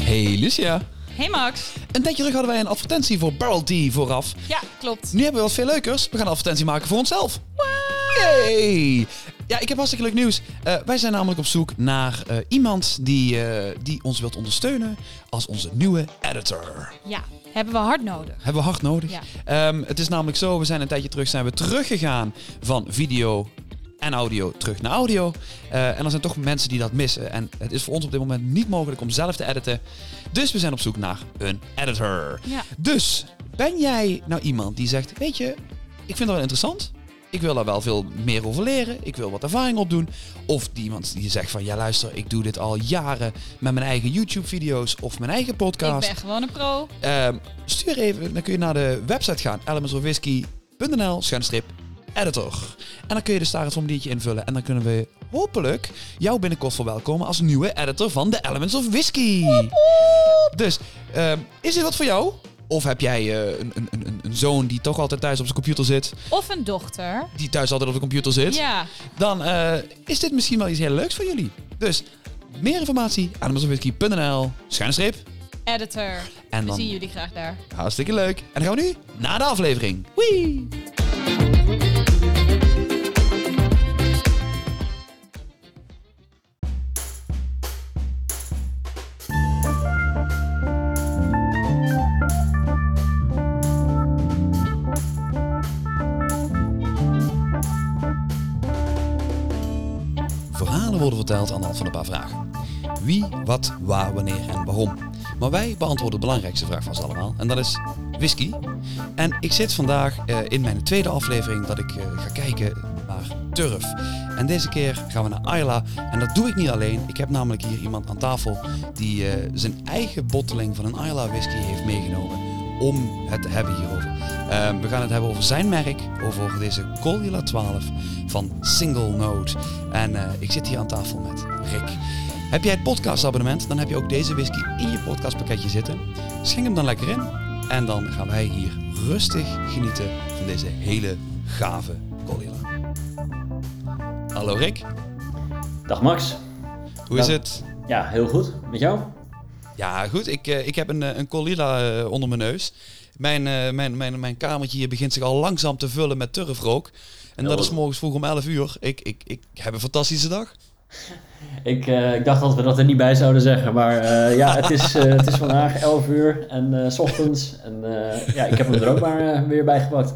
Hey Lucia. Hey Max. Een tijdje terug hadden wij een advertentie voor Barrel Tea vooraf. Ja, klopt. Nu hebben we wat veel leukers. We gaan een advertentie maken voor onszelf. Yay! Ja, ik heb hartstikke leuk nieuws. Wij zijn namelijk op zoek naar iemand die ons wilt ondersteunen als onze nieuwe editor. Ja, hebben we hard nodig. Hebben we hard nodig. Ja. Het is namelijk zo, we zijn een tijdje terug teruggegaan van video en audio terug naar audio. En er zijn toch mensen die dat missen. En het is voor ons op dit moment niet mogelijk om zelf te editen. Dus we zijn op zoek naar een editor. Ja. Dus ben jij nou iemand die zegt, weet je, ik vind dat wel interessant. Ik wil daar wel veel meer over leren. Ik wil wat ervaring opdoen. Of iemand die zegt van, ja luister, ik doe dit al jaren met mijn eigen YouTube-video's of mijn eigen podcast. Ik ben gewoon een pro. Stuur even, dan kun je naar de website gaan, elementsofwhisky.nl/editor. En dan kun je dus daar het formuliertje invullen. En dan kunnen we hopelijk jou binnenkort verwelkomen als nieuwe editor van de Elements of Whisky. Dus, is dit wat voor jou? Of heb jij een zoon die toch altijd thuis op zijn computer zit? Of een dochter. Die thuis altijd op de computer zit? Ja. Dan is dit misschien wel iets heel leuks voor jullie. Dus, meer informatie, elementsofwhisky.nl/editor. En dan we zien jullie graag daar. Hartstikke leuk. En dan gaan we nu naar de aflevering. Wee! Verhalen worden verteld aan de hand van een paar vragen. Wie, wat, waar, wanneer en waarom. Maar wij beantwoorden de belangrijkste vraag van ze allemaal. En dat is whisky. En ik zit vandaag in mijn tweede aflevering dat ik ga kijken naar turf. En deze keer gaan we naar Islay. En dat doe ik niet alleen. Ik heb namelijk hier iemand aan tafel die zijn eigen botteling van een Islay whisky heeft meegenomen. Om het te hebben hierover. We gaan het hebben over zijn merk. Over deze Caol 12 van Single Note. En ik zit hier aan tafel met Rick. Heb jij het podcastabonnement, dan heb je ook deze whisky in je podcastpakketje zitten. Schenk hem dan lekker in. En dan gaan wij hier rustig genieten van deze hele gave Caol. Hallo Rick. Dag Max. Hoe is het? Ja, heel goed. Met jou? Ja, goed. Ik heb een Caol onder mijn neus. Mijn kamertje hier begint zich al langzaam te vullen met turfrook. En dat is morgens vroeg om 11 uur. Ik heb een fantastische dag. Ik dacht dat we dat er niet bij zouden zeggen, maar ja, het is vandaag 11 uur en 's ochtends. En ja, ik heb hem er ook maar weer bij gepakt.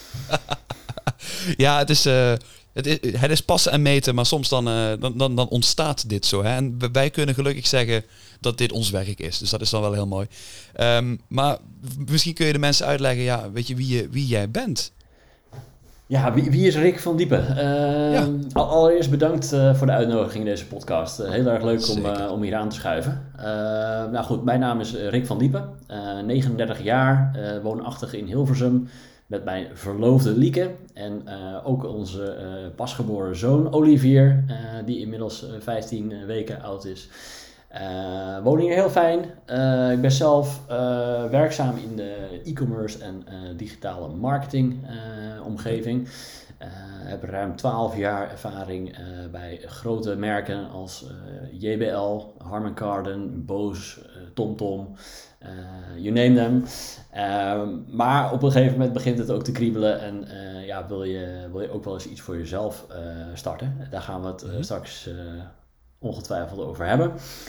Ja, het is passen en meten, maar soms dan ontstaat dit zo. Hè? En wij kunnen gelukkig zeggen dat dit ons werk is. Dus dat is dan wel heel mooi. Maar misschien kun je de mensen uitleggen, ja, weet je wie jij bent? Ja, wie is Rick van Diepen? Allereerst bedankt voor de uitnodiging in deze podcast. Heel erg leuk om hier aan te schuiven. Nou goed, mijn naam is Rick van Diepen. 39 jaar, woonachtig in Hilversum. Met mijn verloofde Lieke en ook onze pasgeboren zoon Olivier, die inmiddels 15 weken oud is. Woon hier heel fijn. Ik ben zelf werkzaam in de e-commerce en digitale marketing omgeving. Heb ruim 12 jaar ervaring bij grote merken als JBL, Harman Kardon, Bose, TomTom. You name them. Maar op een gegeven moment begint het ook te kriebelen en ja, wil je ook wel eens iets voor jezelf starten. Daar gaan we het straks ongetwijfeld over hebben.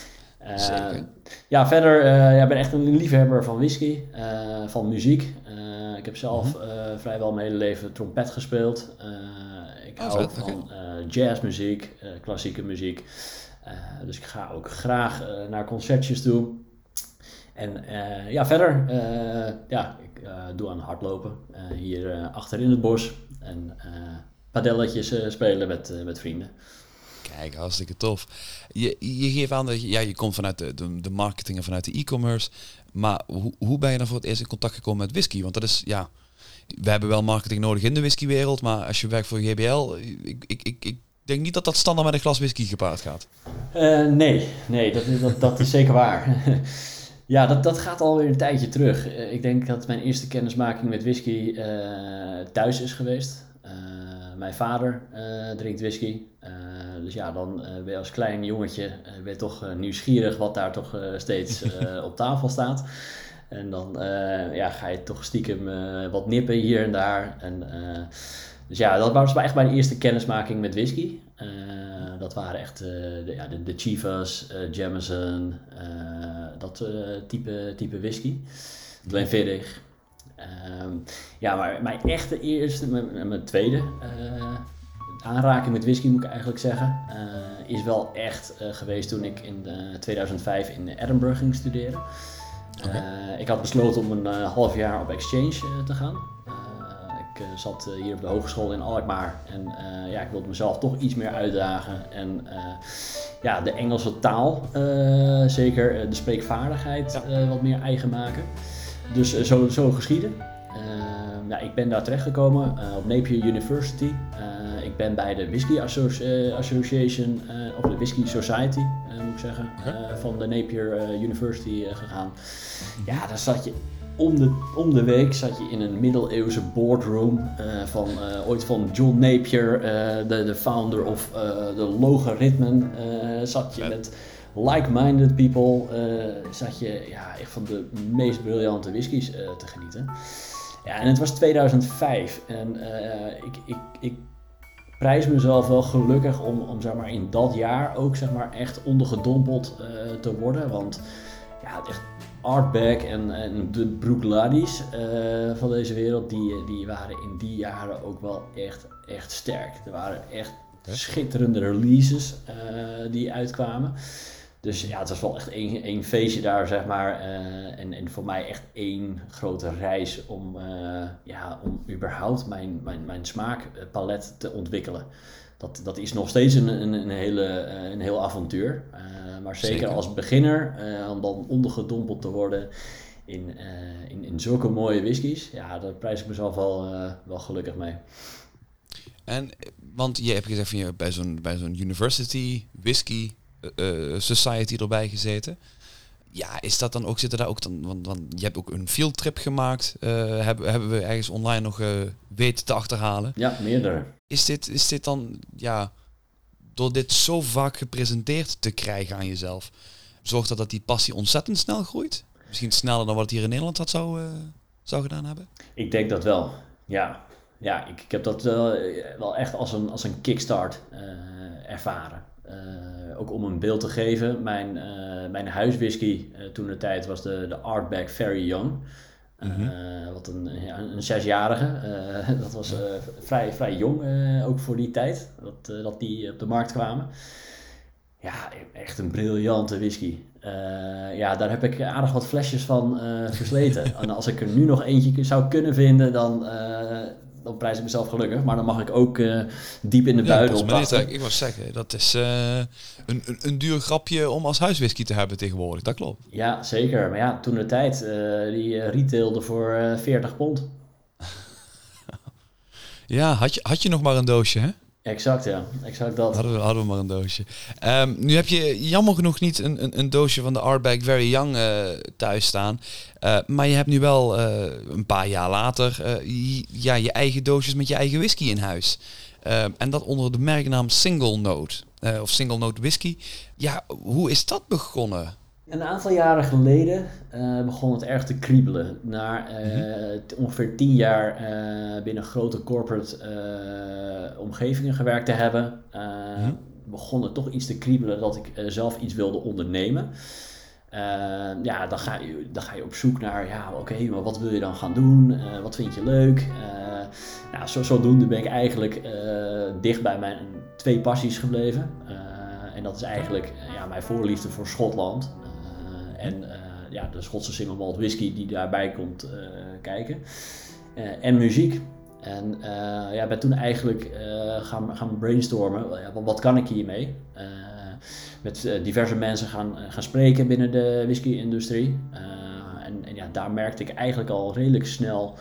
Ja, verder, ik ben echt een liefhebber van whisky, van muziek. Ik heb zelf vrijwel mijn hele leven trompet gespeeld. Ik hou ook van jazzmuziek, klassieke muziek. Dus ik ga ook graag naar concertjes toe. En ja, verder, ik doe aan hardlopen hier achter in het bos en padelletjes spelen met vrienden. Kijk, hartstikke tof. Je geeft aan dat je komt vanuit de marketing en vanuit de e-commerce. Maar hoe ben je dan voor het eerst in contact gekomen met whisky? Want dat is, ja, we hebben wel marketing nodig in de whiskywereld. Maar als je werkt voor GBL, ik denk niet dat dat standaard met een glas whisky gepaard gaat. Nee, dat is zeker waar. Ja, dat gaat alweer een tijdje terug. Ik denk dat mijn eerste kennismaking met whisky thuis is geweest. Mijn vader drinkt whisky. Dus ja, dan ben je als klein jongetje ben je toch nieuwsgierig wat daar toch steeds op tafel staat. En dan ga je toch stiekem wat nippen hier en daar. Dus ja, dat was echt mijn eerste kennismaking met whisky. Dat waren echt de Chivas, Jameson, dat type whisky. Glenfiddich. Maar mijn echte eerste, mijn tweede aanraking met whisky moet ik eigenlijk zeggen, is wel echt geweest toen ik in 2005 in Edinburgh ging studeren. Ik had besloten om een half jaar op exchange te gaan. Ik zat hier op de hogeschool in Alkmaar en ik wilde mezelf toch iets meer uitdagen. En de Engelse taal, zeker de spreekvaardigheid wat meer eigen maken. Dus zo geschieden. Ik ben daar terechtgekomen op Napier University. Ik ben bij de Whisky Association, of de Whisky Society moet ik zeggen, van de Napier University gegaan. Ja, daar zat je om de week zat je in een middeleeuwse boardroom ooit van John Napier, de founder of de logaritmen, zat je met like-minded people, zat je echt van de meest briljante whiskies te genieten. Ja, en het was 2005 en ik prijs mezelf wel gelukkig om zeg maar, in dat jaar ook zeg maar, echt ondergedompeld te worden. Want ja, echt Ardbeg en de Bruichladdich van deze wereld, die waren in die jaren ook wel echt sterk. Er waren echt schitterende releases die uitkwamen. Dus ja, het was wel echt één feestje daar, zeg maar. En voor mij echt één grote reis om überhaupt mijn smaakpalet te ontwikkelen. Dat is nog steeds een heel avontuur. Maar zeker als beginner, om dan ondergedompeld te worden in zulke mooie whiskies. Ja, daar prijs ik mezelf wel gelukkig mee. En, want je hebt gezegd van je bij zo'n university whisky society erbij gezeten. Ja, is dat dan ook, zitten daar ook dan, want je hebt ook een fieldtrip gemaakt, hebben we ergens online nog weten te achterhalen. Ja, meerdere. Is dit dan, door dit zo vaak gepresenteerd te krijgen aan jezelf, zorgt dat die passie ontzettend snel groeit? Misschien sneller dan wat het hier in Nederland had zou gedaan hebben? Ik denk dat wel, ja. Ja, ik heb dat wel echt als een kickstart ervaren. Ook om een beeld te geven, mijn huiswhisky toen de tijd was de Ardbeg Very Young. Wat een 6-jarige. Dat was vrij jong ook voor die tijd, dat die op de markt kwamen. Ja, echt een briljante whisky. Daar heb ik aardig wat flesjes van versleten. En als ik er nu nog eentje zou kunnen vinden, dan prijs ik mezelf gelukkig. Maar dan mag ik ook diep in de buidel tasten. Ik wou zeggen, dat is een duur grapje om als huiswhisky te hebben tegenwoordig. Dat klopt. Ja, zeker. Maar ja, toen de tijd, die retailde voor £40. Ja, had je nog maar een doosje, hè? Exact, ja. Exact dat. Hadden we maar een doosje. Nu heb je jammer genoeg niet een doosje van de Ardbeg Very Young thuis staan. Maar je hebt nu wel een paar jaar later je eigen doosjes met je eigen whisky in huis. En dat onder de merknaam Single Note. Of Single Note Whisky. Ja, hoe is dat begonnen? Een aantal jaren geleden begon het erg te kriebelen. Na ongeveer 10 jaar binnen grote corporate omgevingen gewerkt te hebben, begon het toch iets te kriebelen dat ik zelf iets wilde ondernemen. Dan ga je op zoek naar, maar wat wil je dan gaan doen? Wat vind je leuk? Zodoende ben ik eigenlijk dicht bij mijn 2 passies gebleven. En dat is eigenlijk mijn voorliefde voor Schotland. En de Schotse single malt whisky die daarbij komt kijken. En muziek. En ben toen eigenlijk gaan brainstormen. Wat kan ik hiermee? Met diverse mensen gaan spreken binnen de whisky-industrie. Daar merkte ik eigenlijk al redelijk snel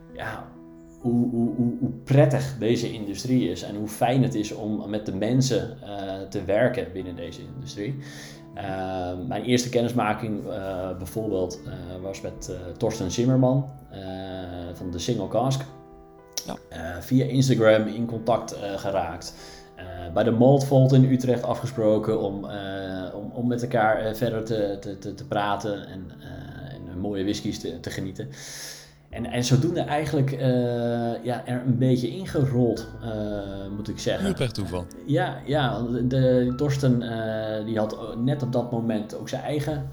hoe prettig deze industrie is. En hoe fijn het is om met de mensen te werken binnen deze industrie. Mijn eerste kennismaking bijvoorbeeld was met Torsten Zimmerman van de Single Cask. Via Instagram in contact geraakt. Bij de Malt Vault in Utrecht afgesproken om met elkaar verder te praten en mooie whiskies te genieten. En zodoende eigenlijk er een beetje ingerold, moet ik zeggen. Heel per toeval. Ja, Torsten die had net op dat moment ook zijn eigen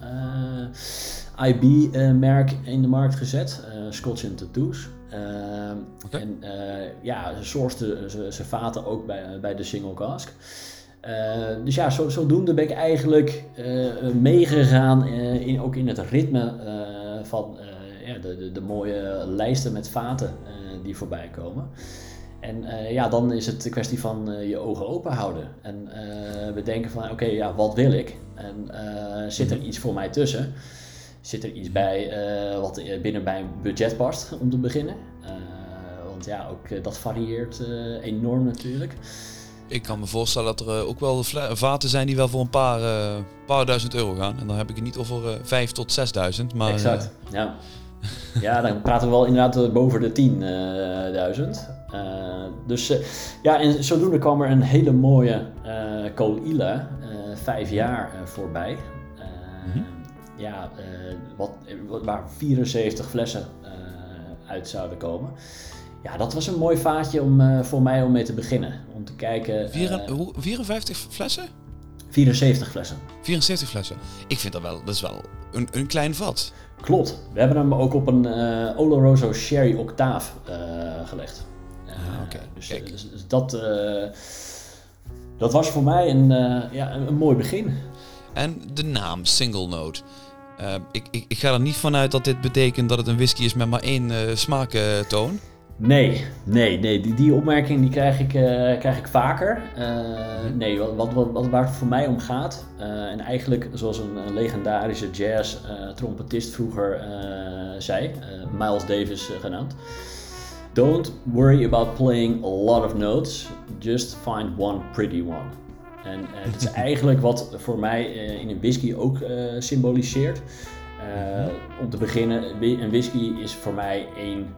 IB-merk in de markt gezet, Scotch & Tattoos. En ze sourced zijn vaten ook bij de Single Cask. Dus ja, zodoende ben ik eigenlijk meegegaan ook in het ritme van de mooie lijsten met vaten die voorbij komen. En dan is het een kwestie van je ogen open houden. En bedenken van wat wil ik? En zit er iets voor mij tussen? Zit er iets bij wat binnen mijn budget past om te beginnen? Want ook dat varieert enorm natuurlijk. Ik kan me voorstellen dat er ook wel vaten zijn die wel voor een paar duizend euro gaan. En dan heb ik het niet over 5.000 tot 6.000. Maar, exact, ja. Ja, dan praten we wel inderdaad boven de 10.000. En zodoende kwam er een hele mooie Caol-Ila 5 jaar voorbij. Waar 74 flessen uit zouden komen. Ja, dat was een mooi vaatje voor mij om mee te beginnen. Om te kijken... 54 flessen? 74 flessen. 74 flessen. Ik vind dat is wel een klein vat. Klopt. We hebben hem ook op een Oloroso Sherry Octave gelegd. Dus dat was voor mij een mooi begin. En de naam Single Note. Ik ga er niet vanuit dat dit betekent dat het een whisky is met maar 1 smaaktoon. Nee. Die opmerking die krijg ik vaker. Waar het voor mij om gaat, en eigenlijk zoals een legendarische jazz trompetist vroeger zei, Miles Davis genaamd. Don't worry about playing a lot of notes, just find one pretty one. En het is eigenlijk wat voor mij in een whisky ook symboliseert. Om te beginnen, een whisky is voor mij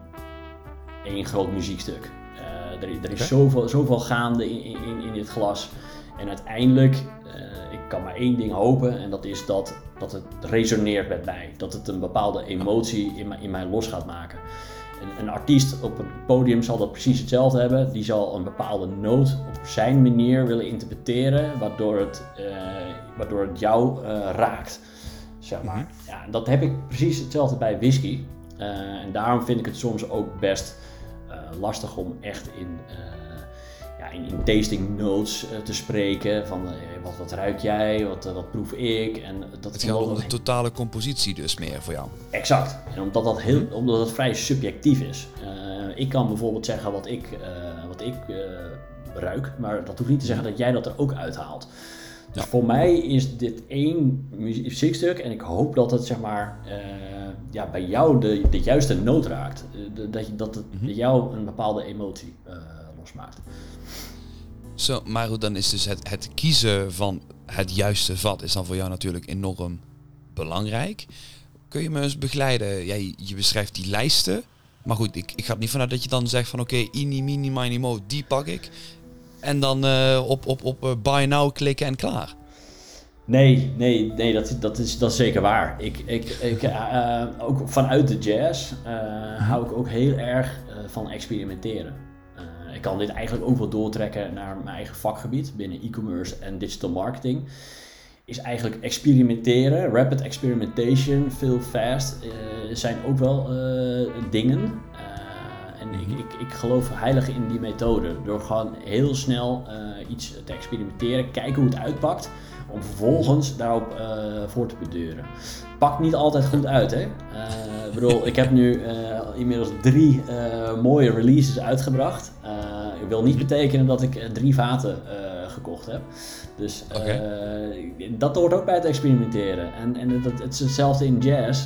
één groot muziekstuk. Er is zoveel gaande in dit glas. En uiteindelijk, ik kan maar één ding hopen en dat is dat het resoneert met mij. Dat het een bepaalde emotie in mij los gaat maken. Een artiest op een podium zal dat precies hetzelfde hebben. Die zal een bepaalde noot op zijn manier willen interpreteren, waardoor het jou raakt. Zeg maar. Ja, dat heb ik precies hetzelfde bij whisky. En daarom vind ik het soms ook best lastig om echt in tasting notes te spreken. Van wat ruik jij, wat proef ik. En het gaat om de totale compositie dus meer voor jou. Exact. En omdat het vrij subjectief is. Ik kan bijvoorbeeld zeggen wat ik ruik, maar dat hoeft niet te zeggen dat jij dat er ook uithaalt. Dus voor mij is dit één muziekstuk en ik hoop dat het bij jou de juiste noot raakt. Dat het bij jou een bepaalde emotie losmaakt. Zo, maar goed, dan is dus het kiezen van het juiste vat is dan voor jou natuurlijk enorm belangrijk. Kun je me eens begeleiden? Je beschrijft die lijsten. Maar goed, ik ga er niet vanuit dat je dan zegt van oké, Eenie, Meenie, Miny, Mo, die pak ik. En dan op buy now klikken en klaar. Nee, dat is zeker waar. Ik ook vanuit de jazz hou ik ook heel erg van experimenteren. Ik kan dit eigenlijk ook wel doortrekken naar mijn eigen vakgebied binnen e-commerce en digital marketing. Is eigenlijk experimenteren, rapid experimentation, fail fast, zijn ook wel dingen. En ik geloof heilig in die methode. Door gewoon heel snel iets te experimenteren, kijken hoe het uitpakt. Om vervolgens daarop voor te beduren. Pakt niet altijd goed uit, hè. Ik heb nu inmiddels 3 mooie releases uitgebracht. Ik wil niet betekenen dat ik 3 vaten gekocht heb. Dus dat hoort ook bij het experimenteren. En het is hetzelfde in jazz.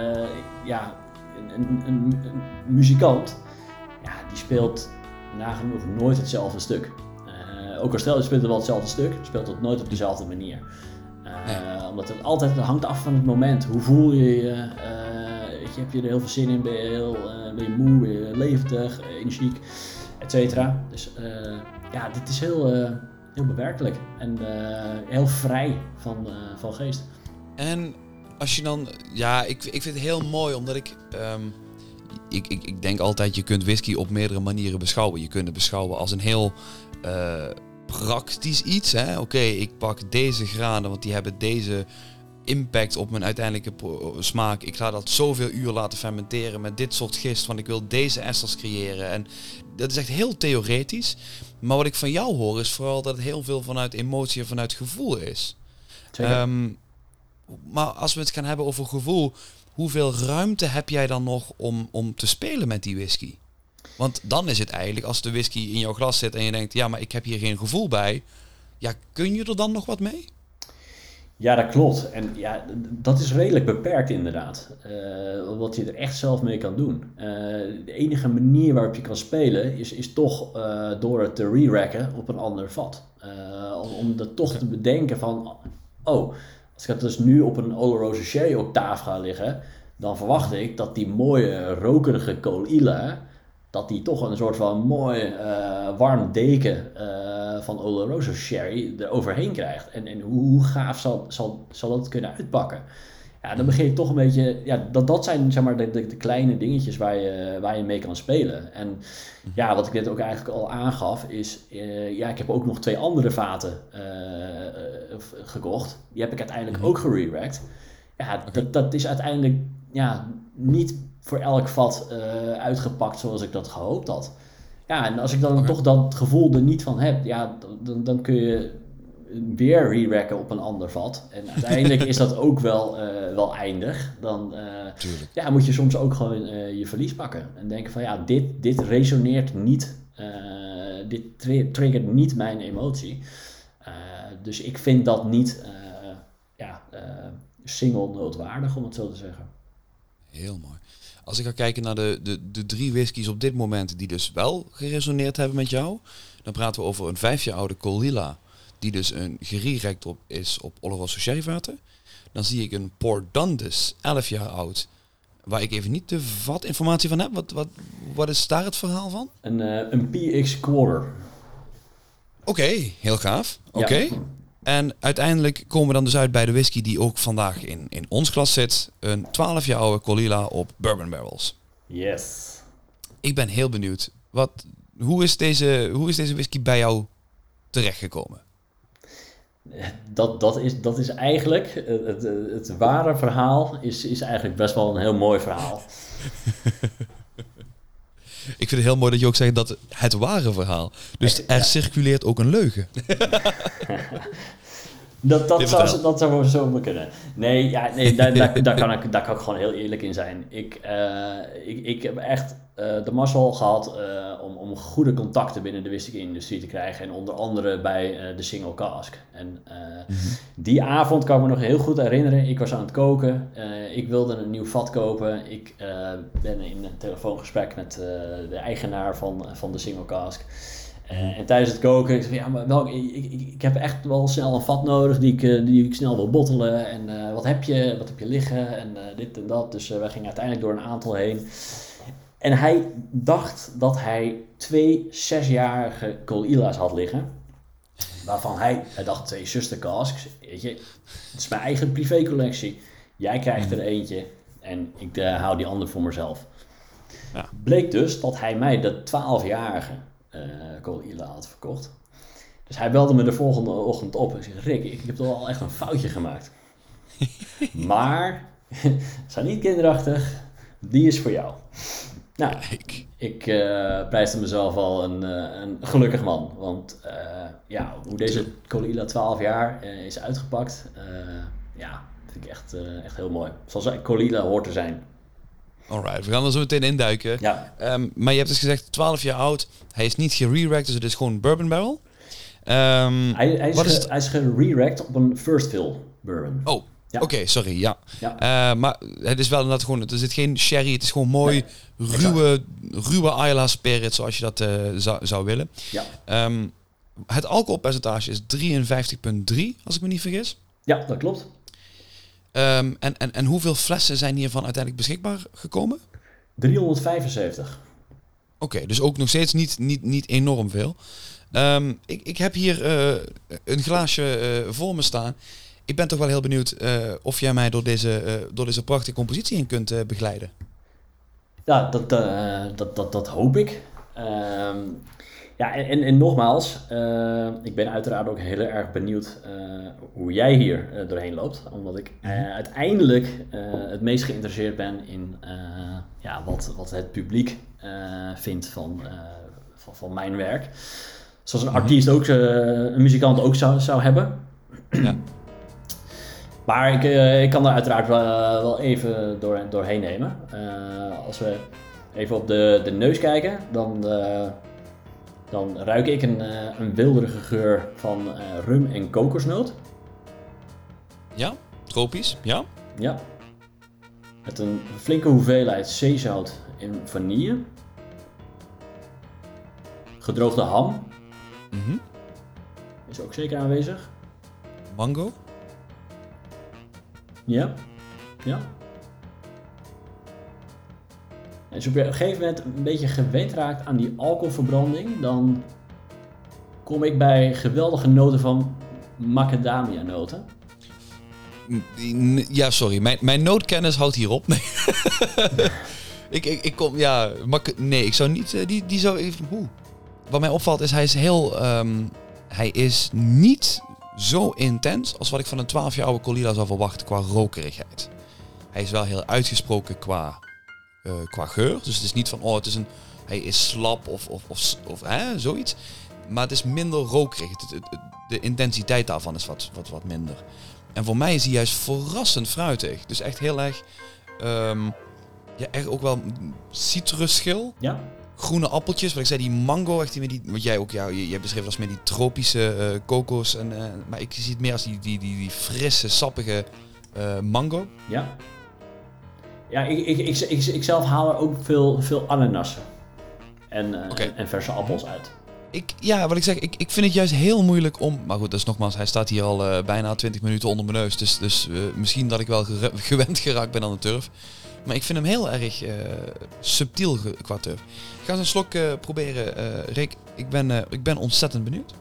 Een muzikant, die speelt nagenoeg nooit hetzelfde stuk. Ook al speelt het wel hetzelfde stuk, speelt het nooit op dezelfde manier. Omdat het altijd hangt af van het moment. Hoe voel je je? weet je, heb je er heel veel zin in, ben je moe, ben je levendig, energiek, et cetera. Dus dit is heel bewerkelijk en heel vrij van geest. En als je dan... Ja, ik vind het heel mooi, omdat ik denk altijd, je kunt whisky op meerdere manieren beschouwen. Je kunt het beschouwen als een heel praktisch iets. Oké, ik pak deze granen, want die hebben deze impact op mijn uiteindelijke smaak. Ik ga dat zoveel uur laten fermenteren met dit soort gist, want ik wil deze esters creëren. En dat is echt heel theoretisch. Maar wat ik van jou hoor is vooral dat het heel veel vanuit emotie en vanuit gevoel is. Maar als we het gaan hebben over gevoel, hoeveel ruimte heb jij dan nog om te spelen met die whisky? Want dan is het eigenlijk, als de whisky in jouw glas zit en je denkt, ja, maar ik heb hier geen gevoel bij. Ja, kun je er dan nog wat mee? Ja, dat klopt. En ja, dat is redelijk beperkt inderdaad. Wat je er echt zelf mee kan doen. De enige manier waarop je kan spelen is toch door het te re-racken op een ander vat. Om dat toch te bedenken van, als ik het dus nu op een Oloroso Sherry octaaf ga liggen, dan verwacht ik dat die mooie rokerige Caol Ila, dat die toch een soort van mooi warm deken van Oloroso Sherry er overheen krijgt. En hoe gaaf zal dat kunnen uitpakken? Ja, dan begin je toch een beetje... Ja, dat zijn zeg maar de kleine dingetjes waar je mee kan spelen. En ja, wat ik net ook eigenlijk al aangaf is... ik heb ook nog 2 andere vaten gekocht. Die heb ik uiteindelijk ook gere-racked. Ja, dat is uiteindelijk niet voor elk vat uitgepakt zoals ik dat gehoopt had. Ja, en als ik dan toch dat gevoel er niet van heb, ja, dan kun je weer re-racken op een ander vat. En uiteindelijk is dat ook wel eindig. Dan moet je soms ook gewoon je verlies pakken. En denken van ja, dit resoneert niet. Dit triggert niet mijn emotie. Dus ik vind dat niet single noodwaardig, om het zo te zeggen. Heel mooi. Als ik ga kijken naar de 3 whiskies op dit moment die dus wel geresoneerd hebben met jou, dan praten we over een 5 jaar oude Caol Ila, die dus een gererekt is op Oloroso Sherry vaten. Dan zie ik een Port Dundas, 11 jaar oud, waar ik even niet de vatinformatie van heb. Wat is daar het verhaal van? Een PX Quarter. Oké, heel gaaf. Oké. Ja. En uiteindelijk komen we dan dus uit bij de whisky die ook vandaag in ons glas zit. Een 12 jaar oude Caol Ila op bourbon barrels. Yes. Ik ben heel benieuwd. Hoe is deze whisky bij jou terechtgekomen? Dat is eigenlijk, het ware verhaal is eigenlijk best wel een heel mooi verhaal. Ik vind het heel mooi dat je ook zegt dat het ware verhaal. Dus er circuleert ook een leugen. Dat zou zo kunnen. Nee, daar kan ik gewoon heel eerlijk in zijn. Ik heb echt de mazzel gehad om goede contacten binnen de whisky-industrie te krijgen. En onder andere bij de Single Cask. En die avond kan ik me nog heel goed herinneren. Ik was aan het koken. Ik wilde een nieuw vat kopen. Ik ben in een telefoongesprek met de eigenaar van de Single Cask. En tijdens het koken, ik zei maar ik heb echt wel snel een vat nodig die ik snel wil bottelen. En wat heb je liggen en dit en dat. Dus wij gingen uiteindelijk door een aantal heen. En hij dacht dat hij 2 6-jarige Caol Ila's had liggen. Waarvan hij dacht 2 Sister Casks. Weet je, het is mijn eigen privécollectie. Jij krijgt er eentje en ik hou die andere voor mezelf. Ja. Bleek dus dat hij mij de 12-jarige Caol Ila had verkocht. Dus hij belde me de volgende ochtend op en zei: Rick, ik heb toch al echt een foutje gemaakt. Maar, zijn niet kinderachtig, die is voor jou. Nou, ik prijsde mezelf al een gelukkig man. Want hoe deze Caol Ila 12 jaar is uitgepakt, vind ik echt heel mooi. Zoals Caol Ila hoort te zijn. Alright, we gaan er zo meteen induiken. Ja. Maar je hebt dus gezegd 12 jaar oud. Hij is niet gere-racked, dus het is gewoon bourbon barrel. Hij is gere-racked op een first fill bourbon. Oh, ja. Oké, sorry, ja. Maar het is wel inderdaad gewoon, er zit geen sherry, het is gewoon mooi ruwe Islay spirit, zoals je dat zou willen. Ja. Het alcoholpercentage is 53,3, als ik me niet vergis. Ja, dat klopt. En hoeveel flessen zijn hiervan uiteindelijk beschikbaar gekomen? 375. Oké, dus ook nog steeds niet enorm veel. Ik heb hier een glaasje voor me staan. Ik ben toch wel heel benieuwd of jij mij door deze prachtige compositie in kunt begeleiden. Ja, dat hoop ik. Ja, en nogmaals, ik ben uiteraard ook heel erg benieuwd hoe jij hier doorheen loopt. Omdat ik uiteindelijk het meest geïnteresseerd ben in wat het publiek vindt van mijn werk. Zoals een artiest ook, een muzikant ook zou hebben. Ja. Maar ik kan er uiteraard wel even doorheen nemen. Als we even op de neus kijken, dan ruik ik een wilderige geur van rum en kokosnoot. Ja, tropisch, ja. Ja. Met een flinke hoeveelheid zeezout en vanille. Gedroogde ham. Is ook zeker aanwezig. Mango. Ja. En als je op een gegeven moment een beetje gewend raakt aan die alcoholverbranding, dan kom ik bij geweldige noten van macadamia noten. Ja, sorry. Mijn nootkennis houdt hier op. Nee. ik kom, ja, nee, ik zou niet, die zou even, Wat mij opvalt is, hij is niet zo intens als wat ik van een 12 jaar oude Colila zou verwachten qua rokerigheid. Hij is wel heel uitgesproken qua geur. Dus het is niet van, hij is slap of zoiets. Maar het is minder rokerig. De intensiteit daarvan is wat minder. En voor mij is hij juist verrassend fruitig. Dus echt heel erg, echt ook wel citrusschil. Ja. Groene appeltjes, wat ik zei, die mango, echt wat jij ook, jij beschreef als meer die tropische kokos. Maar ik zie het meer als die frisse, sappige mango. Ja. Ja, ik zelf haal er ook veel ananassen en verse appels uit. Wat ik zeg, ik vind het juist heel moeilijk om... Maar goed, dus nogmaals, hij staat hier al bijna 20 minuten onder mijn neus. Dus misschien dat ik wel gewend geraakt ben aan de turf. Maar ik vind hem heel erg subtiel qua turf. Ik ga eens een slok proberen, Rick. Ik ben ontzettend benieuwd.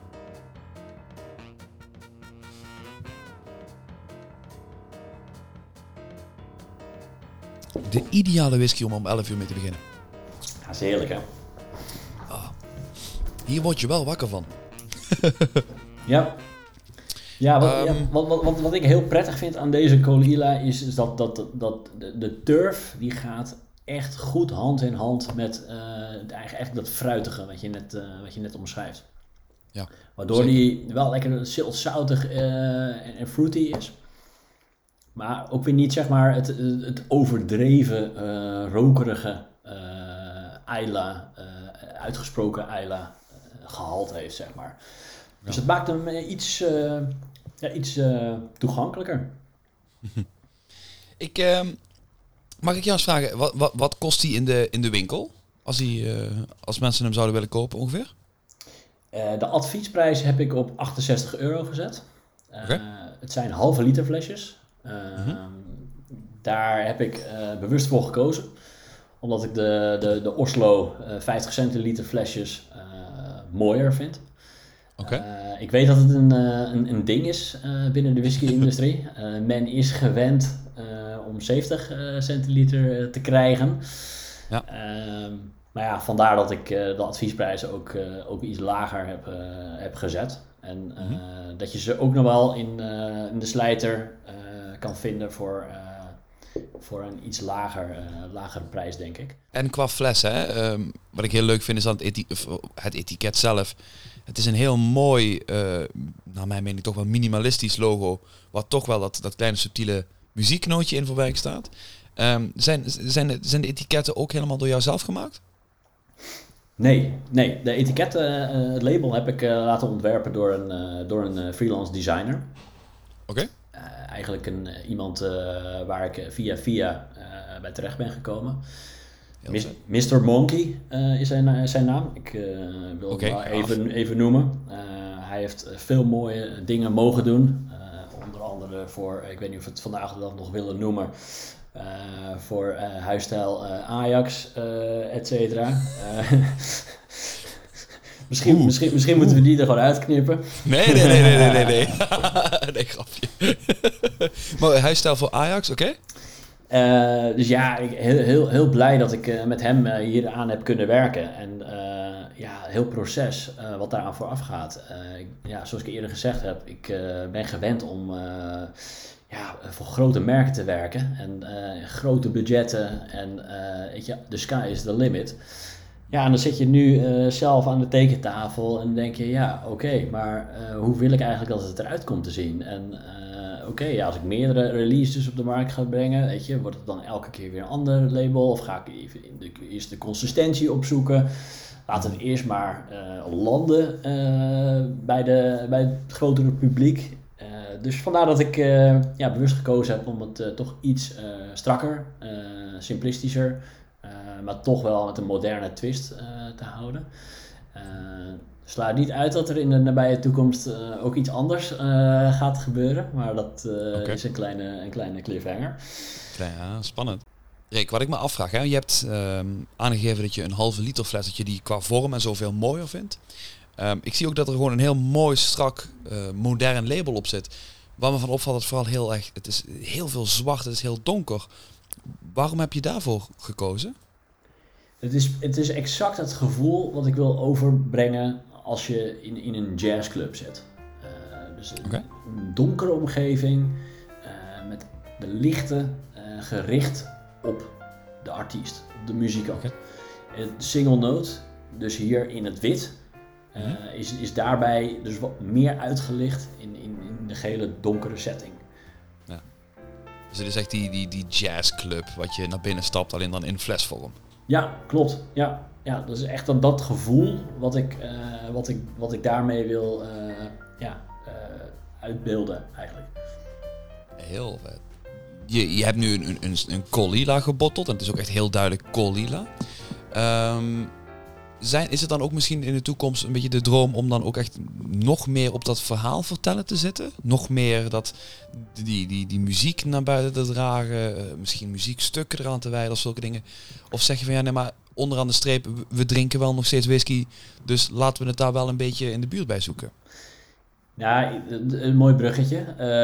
De ideale whisky om 11 uur mee te beginnen. Ja, is heerlijk, hè? Hier word je wel wakker van. Ja. Ja, wat ik heel prettig vind aan deze Colila is dat de turf die gaat echt goed hand in hand met eigenlijk dat fruitige wat je net omschrijft. Ja, waardoor zeker. die wel lekker zoutig en fruity is. Maar ook weer niet zeg maar het overdreven rokerige Islay, uitgesproken Islay gehalte heeft, zeg maar. Dus het maakt hem iets toegankelijker. Mag ik jou eens vragen, wat kost hij in de winkel? Als mensen hem zouden willen kopen ongeveer? De adviesprijs heb ik op €68 gezet. Okay. Het zijn halve liter flesjes. Daar heb ik bewust voor gekozen. Omdat ik de Oslo 50 centiliter flesjes mooier vind. Okay. Ik weet dat het een ding is binnen de whisky-industrie. Men is gewend om 70 centiliter te krijgen. Ja. Maar ja, vandaar dat ik de adviesprijzen ook iets lager heb gezet. En dat je ze ook nog wel in de slijter kan vinden voor een iets lagere prijs, denk ik. En qua fles, wat ik heel leuk vind is dan het etiket zelf. Het is een heel mooi, naar mijn mening toch wel minimalistisch logo, waar toch wel dat kleine subtiele muzieknootje in voorbij staat. Zijn de etiketten ook helemaal door jou zelf gemaakt? Nee. De etiketten, het label heb ik laten ontwerpen door een freelance designer. Oké. Eigenlijk iemand waar ik via bij terecht ben gekomen. Mr. Monkey is zijn naam. Ik wil het wel even noemen. Hij heeft veel mooie dingen mogen doen. Onder andere voor, ik weet niet of we het vandaag de dag nog willen noemen, voor huisstijl Ajax, et cetera. Misschien moeten we die er gewoon uitknippen. Nee. Nee, grapje. Maar huisstijl voor Ajax, oké? Dus ja, ik heel blij dat ik met hem hier aan heb kunnen werken. En heel proces wat daaraan vooraf gaat. Zoals ik eerder gezegd heb, ik ben gewend om voor grote merken te werken. En grote budgetten. En the sky is the limit. Ja, en dan zit je nu zelf aan de tekentafel en dan denk je, maar hoe wil ik eigenlijk dat het eruit komt te zien? En als ik meerdere releases op de markt ga brengen, weet je, wordt het dan elke keer weer een ander label? Of ga ik even eerst de consistentie opzoeken? Laten we eerst maar landen bij het grotere publiek. Dus vandaar dat ik bewust gekozen heb om het toch iets strakker, simplistischer, maar toch wel met een moderne twist te houden. Sla niet uit dat er in de nabije toekomst ook iets anders gaat gebeuren, maar dat is een kleine cliffhanger. Ja, spannend. Rick, wat ik me afvraag, hè? Je hebt aangegeven dat je een halve liter fles, dat je die qua vorm en zoveel mooier vindt. Ik zie ook dat er gewoon een heel mooi, strak, modern label op zit. Waar me van opvalt, het vooral het is heel veel zwart, het is heel donker. Waarom heb je daarvoor gekozen? Het is exact het gevoel wat ik wil overbrengen als je in een jazzclub zit. Dus een donkere omgeving met de lichten gericht op de artiest, op de muzikant. Okay. Het single note, dus hier in het wit, is daarbij dus wat meer uitgelicht in de gele donkere setting. Ja. Dus het is echt die jazzclub wat je naar binnen stapt, alleen dan in flesvorm. Ja, klopt. Ja, dat is echt dat gevoel wat ik daarmee wil uitbeelden eigenlijk. Heel vet. Je hebt nu een Koolila gebotteld en het is ook echt heel duidelijk Koolila. Is het dan ook misschien in de toekomst een beetje de droom om dan ook echt nog meer op dat verhaal vertellen te zitten? Nog meer die muziek naar buiten te dragen, misschien muziekstukken eraan te wijden of zulke dingen? Of zeg je van maar onderaan de streep, we drinken wel nog steeds whisky, dus laten we het daar wel een beetje in de buurt bij zoeken? Ja, een mooi bruggetje.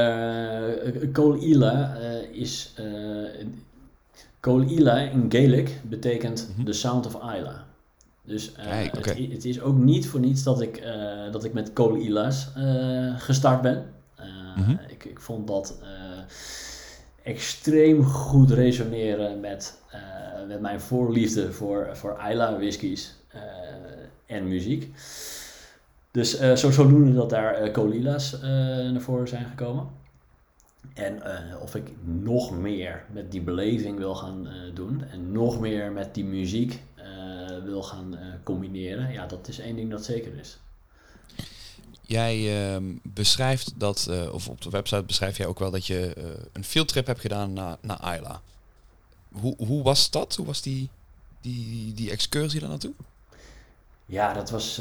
Koolila is... Koolila in Gaelic betekent the sound of Islay. Dus het is ook niet voor niets dat ik met Koolila's gestart ben. Ik vond dat extreem goed resoneren met mijn voorliefde voor Islay whiskies en muziek. Dus zodoende dat daar Koolila's naar voren zijn gekomen. En of ik nog meer met die beleving wil gaan doen en nog meer met die muziek wil gaan combineren, ja, dat is één ding dat zeker is. Jij beschrijft dat, of op de website beschrijf jij ook wel dat je een fieldtrip hebt gedaan naar Islay. Hoe was dat? Hoe was die excursie daar naartoe? Ja, dat was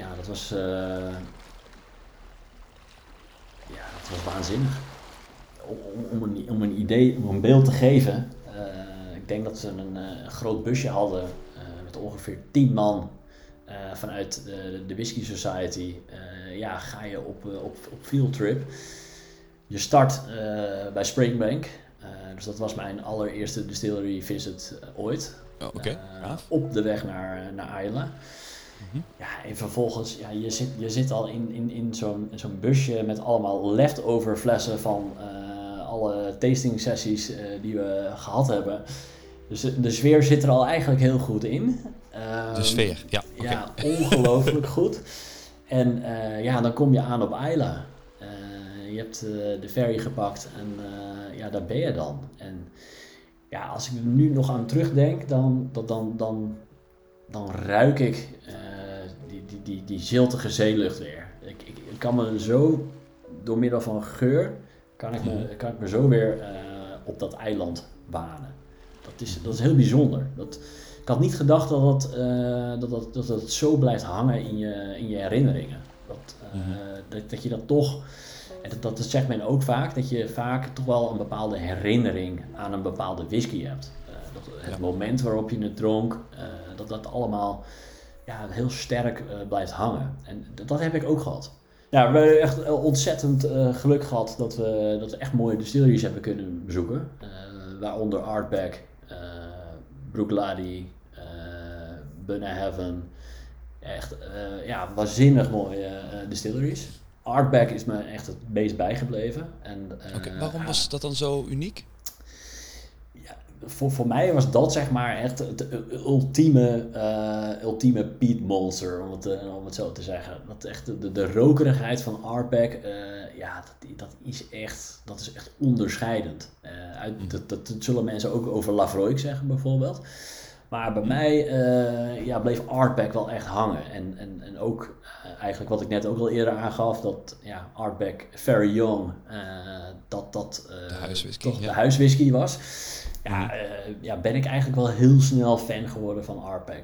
waanzinnig. Om een idee, om een beeld te geven. Ik denk dat ze een groot busje hadden met ongeveer 10 man vanuit de Whisky Society. Ga je op fieldtrip. Je start bij Springbank. Dus dat was mijn allereerste distillery visit ooit. Op de weg naar Islay. Ja, en vervolgens, je zit al in zo'n busje met allemaal leftover flessen van alle tasting sessies die we gehad hebben. Dus de sfeer zit er al eigenlijk heel goed in. De sfeer, ja. Okay. Ja, ongelooflijk goed. En dan kom je aan op Islay. Je hebt de ferry gepakt en daar ben je dan. En ja, als ik er nu nog aan terugdenk, dan ruik ik die ziltige zeelucht weer. Ik kan me zo, door middel van geur, kan ik me zo weer op dat eiland banen. Dat is heel bijzonder. Ik had niet gedacht dat het zo blijft hangen in je herinneringen. Dat je dat toch En dat zegt men ook vaak, dat je vaak toch wel een bepaalde herinnering aan een bepaalde whisky hebt. Het moment waarop je het dronk, dat allemaal heel sterk blijft hangen. En dat heb ik ook gehad. Ja, we hebben echt ontzettend geluk gehad dat we echt mooie distilleries hebben kunnen bezoeken. Waaronder Ardbeg, Bruichladdich, Bunnahabhain. Echt waanzinnig mooie distilleries. Ardbeg is me echt het meest bijgebleven. Waarom was dat dan zo uniek? Ja, voor mij was dat zeg maar echt het ultieme peat monster, om het zo te zeggen. Dat echt de rokerigheid van Ardbeg, dat is echt onderscheidend. Dat zullen mensen ook over Laphroaig zeggen bijvoorbeeld. Maar bij mij bleef Ardbeg wel echt hangen. En ook eigenlijk wat ik net ook al eerder aangaf, dat Ardbeg Very Young, de huiswhisky was. Ben ik eigenlijk wel heel snel fan geworden van Ardbeg.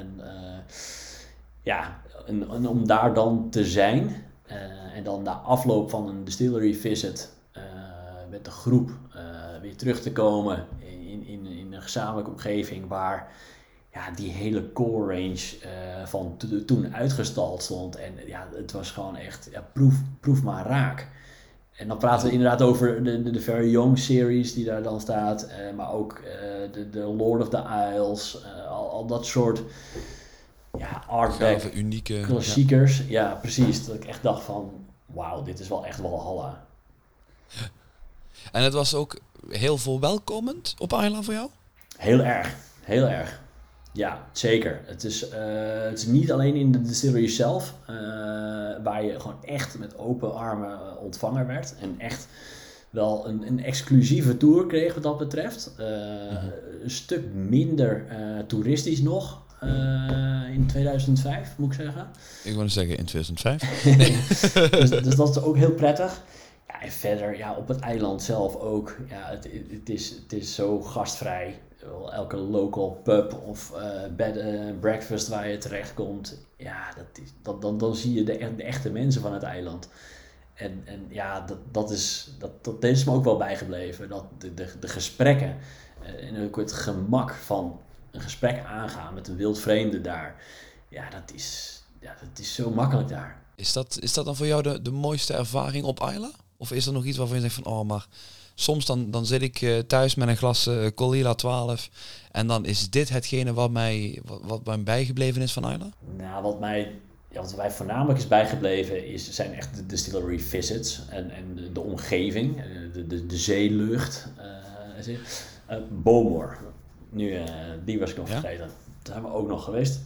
En om daar dan te zijn en dan na afloop van een distillery visit met de groep weer terug te komen in een gezamenlijke omgeving waar die hele core range van toen uitgestald stond. En het was gewoon echt, proef maar raak. En dan praten we inderdaad over de Very Young series die daar dan staat. Maar ook de Lord of the Isles. Al dat soort Ardbeg unieke klassiekers. Ja, precies. Dat ik echt dacht van, wauw, dit is wel echt Valhalla. En het was ook heel verwelkomend op Islay voor jou? Heel erg. Ja, zeker. Het is niet alleen in de distillery zelf, waar je gewoon echt met open armen ontvangen werd. En echt wel een exclusieve tour kreeg wat dat betreft. Een stuk minder toeristisch nog in 2005, moet ik zeggen. Ik wou zeggen in 2005. dus dat is ook heel prettig. Ja, en verder, op het eiland zelf ook. Ja, het is zo gastvrij. Elke local pub of bed and breakfast waar je terecht komt, dan zie je de echte mensen van het eiland. Dat is me ook wel bijgebleven. Dat de gesprekken en ook het gemak van een gesprek aangaan met een wildvreemde daar. Dat is zo makkelijk daar. Is dat dan voor jou de mooiste ervaring op Islay? Of is er nog iets waarvan je zegt van, maar soms dan zit ik thuis met een glas Caol Ila 12 en dan is dit hetgene wat mij bijgebleven is van Islay? Nou, wat mij voornamelijk is bijgebleven zijn echt de distillery visits en de omgeving, de zeelucht. Bowmore, die was ik nog vergeten. Daar zijn we ook nog geweest.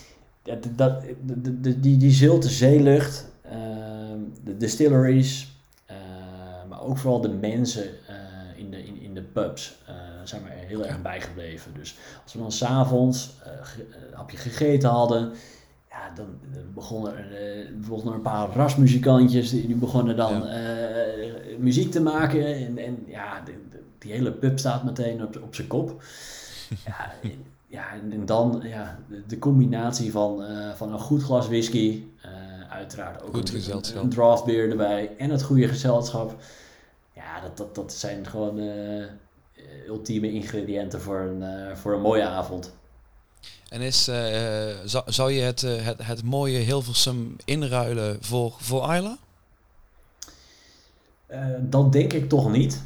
Die zilte zeelucht, de distilleries, maar ook vooral de mensen in de pubs zijn me heel erg bijgebleven. Dus als we dan 's avonds een hapje gegeten hadden, dan begonnen er een paar rasmuzikantjes die begonnen dan muziek te maken. Die hele pub staat meteen op zijn kop. En dan de combinatie van een goed glas whisky, uiteraard ook een draft beer erbij en het goede gezelschap. Dat zijn gewoon ultieme ingrediënten voor een mooie avond. En zou je het mooie Hilversum inruilen voor Islay? Dat denk ik toch niet.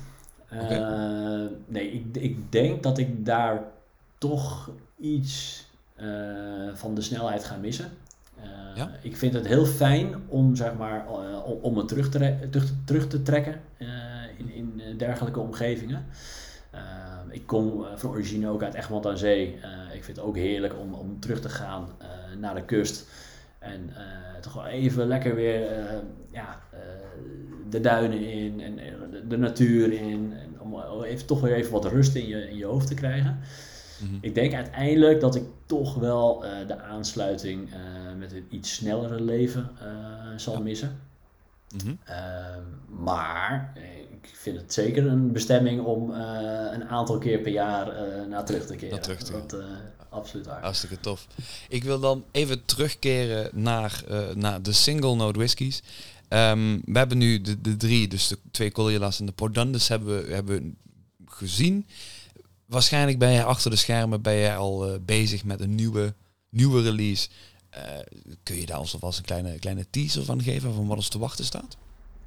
Nee, ik denk dat ik daar toch iets van de snelheid ga missen. Ik vind het heel fijn om om het terug te trekken in dergelijke omgevingen. Ik kom van origine ook uit Egmond aan Zee. Ik vind het ook heerlijk om terug te gaan naar de kust. En toch wel even lekker weer de duinen in en de natuur in. En om toch weer even wat rust in je hoofd te krijgen. Mm-hmm. Ik denk uiteindelijk dat ik toch wel de aansluiting met het iets snellere leven zal missen. Mm-hmm. Maar ik vind het zeker een bestemming om een aantal keer per jaar naar terug te keren. Dat absoluut waar. Hartstikke tof. Ik wil dan even terugkeren naar de single note whiskies. We hebben nu de 3, dus de 2 Colilla's en de Podundes hebben we gezien. Waarschijnlijk ben je achter de schermen al bezig met een nieuwe release. Kun je daar ons alvast een kleine teaser van geven van wat ons te wachten staat?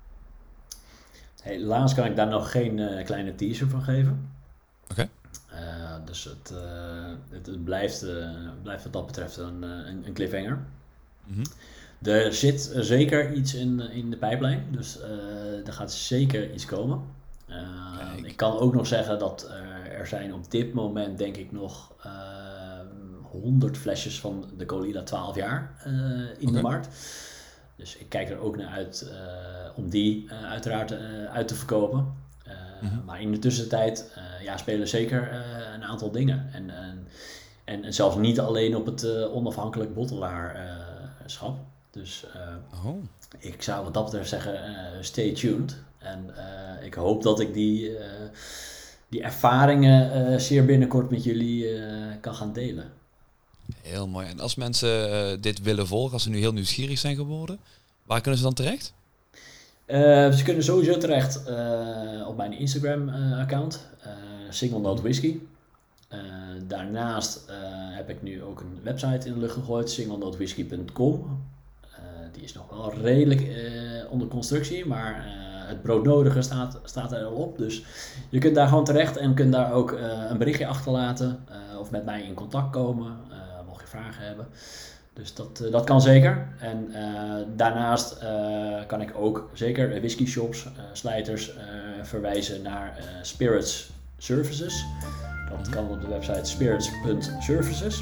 Helaas kan ik daar nog geen kleine teaser van geven. Oké. Dus het blijft wat dat betreft een cliffhanger. Mm-hmm. Er zit zeker iets in de pijplijn, dus er gaat zeker iets komen. Ik kan ook nog zeggen dat er zijn op dit moment denk ik nog 100 flesjes van de Colilla 12 jaar in de markt. Dus ik kijk er ook naar uit om die uiteraard uit te verkopen. Maar in de tussentijd spelen zeker een aantal dingen. En zelfs niet alleen op het onafhankelijk bottelaarschap. Dus ik zou wat dat betreft zeggen, stay tuned. En ik hoop dat ik die ervaringen zeer binnenkort met jullie kan gaan delen. Heel mooi. En als mensen dit willen volgen, als ze nu heel nieuwsgierig zijn geworden, waar kunnen ze dan terecht? Ze kunnen sowieso terecht op mijn Instagram-account, Single Note Whisky. Daarnaast heb ik nu ook een website in de lucht gegooid, singlenotewhisky.com. Die is nog wel redelijk onder constructie, maar het broodnodige staat er al op. Dus je kunt daar gewoon terecht en kunt daar ook een berichtje achterlaten of met mij in contact komen, mocht je vragen hebben. Dus dat kan zeker. En daarnaast kan ik ook zeker whisky shops, slijters verwijzen naar Spirits Services. Dat kan op de website spirits.services.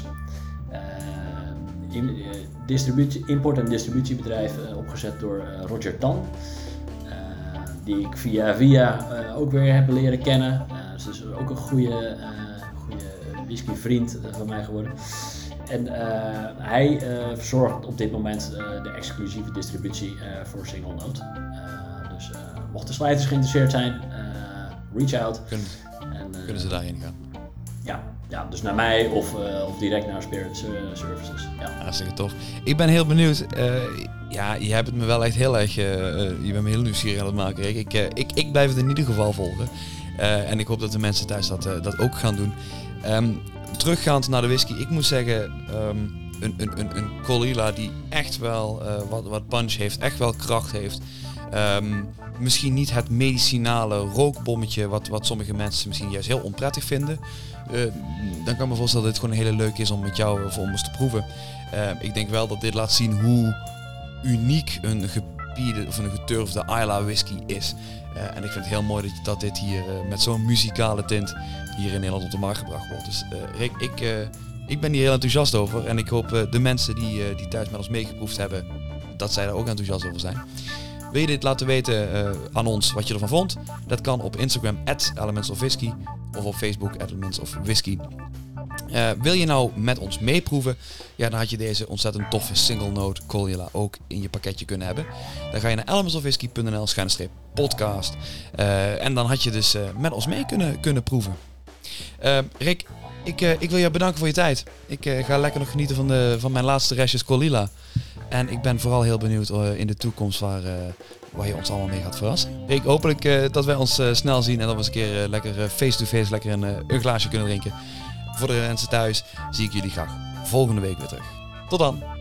Import- en distributiebedrijf opgezet door Roger Tan. Die ik via ook weer heb leren kennen. Dus is ook een goede whiskyvriend van mij geworden. En hij verzorgt op dit moment de exclusieve distributie voor Single Note. Dus mochten slijters geïnteresseerd zijn, reach out. Kunnen ze daarheen gaan? Ja, dus naar mij of direct naar Spirit Services. Ja. Hartstikke tof. Ik ben heel benieuwd. Je hebt het me wel echt heel erg... je bent me heel nieuwsgierig aan het maken, Rick. Ik blijf het in ieder geval volgen. En ik hoop dat de mensen thuis dat ook gaan doen. Teruggaand naar de whisky. Ik moet zeggen, een Colilla die echt wel wat punch heeft, echt wel kracht heeft. Misschien niet het medicinale rookbommetje wat sommige mensen misschien juist heel onprettig vinden. Dan kan ik me voorstellen dat dit gewoon een hele leuke is om met jou voor ons te proeven. Ik denk wel dat dit laat zien hoe uniek een gebiede of een geturfde Islay whisky is. En ik vind het heel mooi dat dit hier met zo'n muzikale tint hier in Nederland op de markt gebracht wordt. Dus Rick, ik ben hier heel enthousiast over. En ik hoop de mensen die thuis met ons meegeproefd hebben, dat zij daar ook enthousiast over zijn. Wil je dit laten weten aan ons wat je ervan vond? Dat kan op Instagram @elementsofwhisky of op Facebook @elementsofwhisky. Wil je nou met ons meeproeven? Ja, dan had je deze ontzettend toffe Single Note Colilla ook in je pakketje kunnen hebben. Dan ga je naar elementsofwhisky.nl/podcast. En dan had je dus met ons mee kunnen proeven. Rick, ik wil jou bedanken voor je tijd. Ik ga lekker nog genieten van mijn laatste restjes Colilla. En ik ben vooral heel benieuwd in de toekomst waar je ons allemaal mee gaat verrassen. Rick, hopelijk dat wij ons snel zien en dat we eens een keer lekker face-to-face lekker een glaasje kunnen drinken. Voor de mensen thuis zie ik jullie graag volgende week weer terug. Tot dan!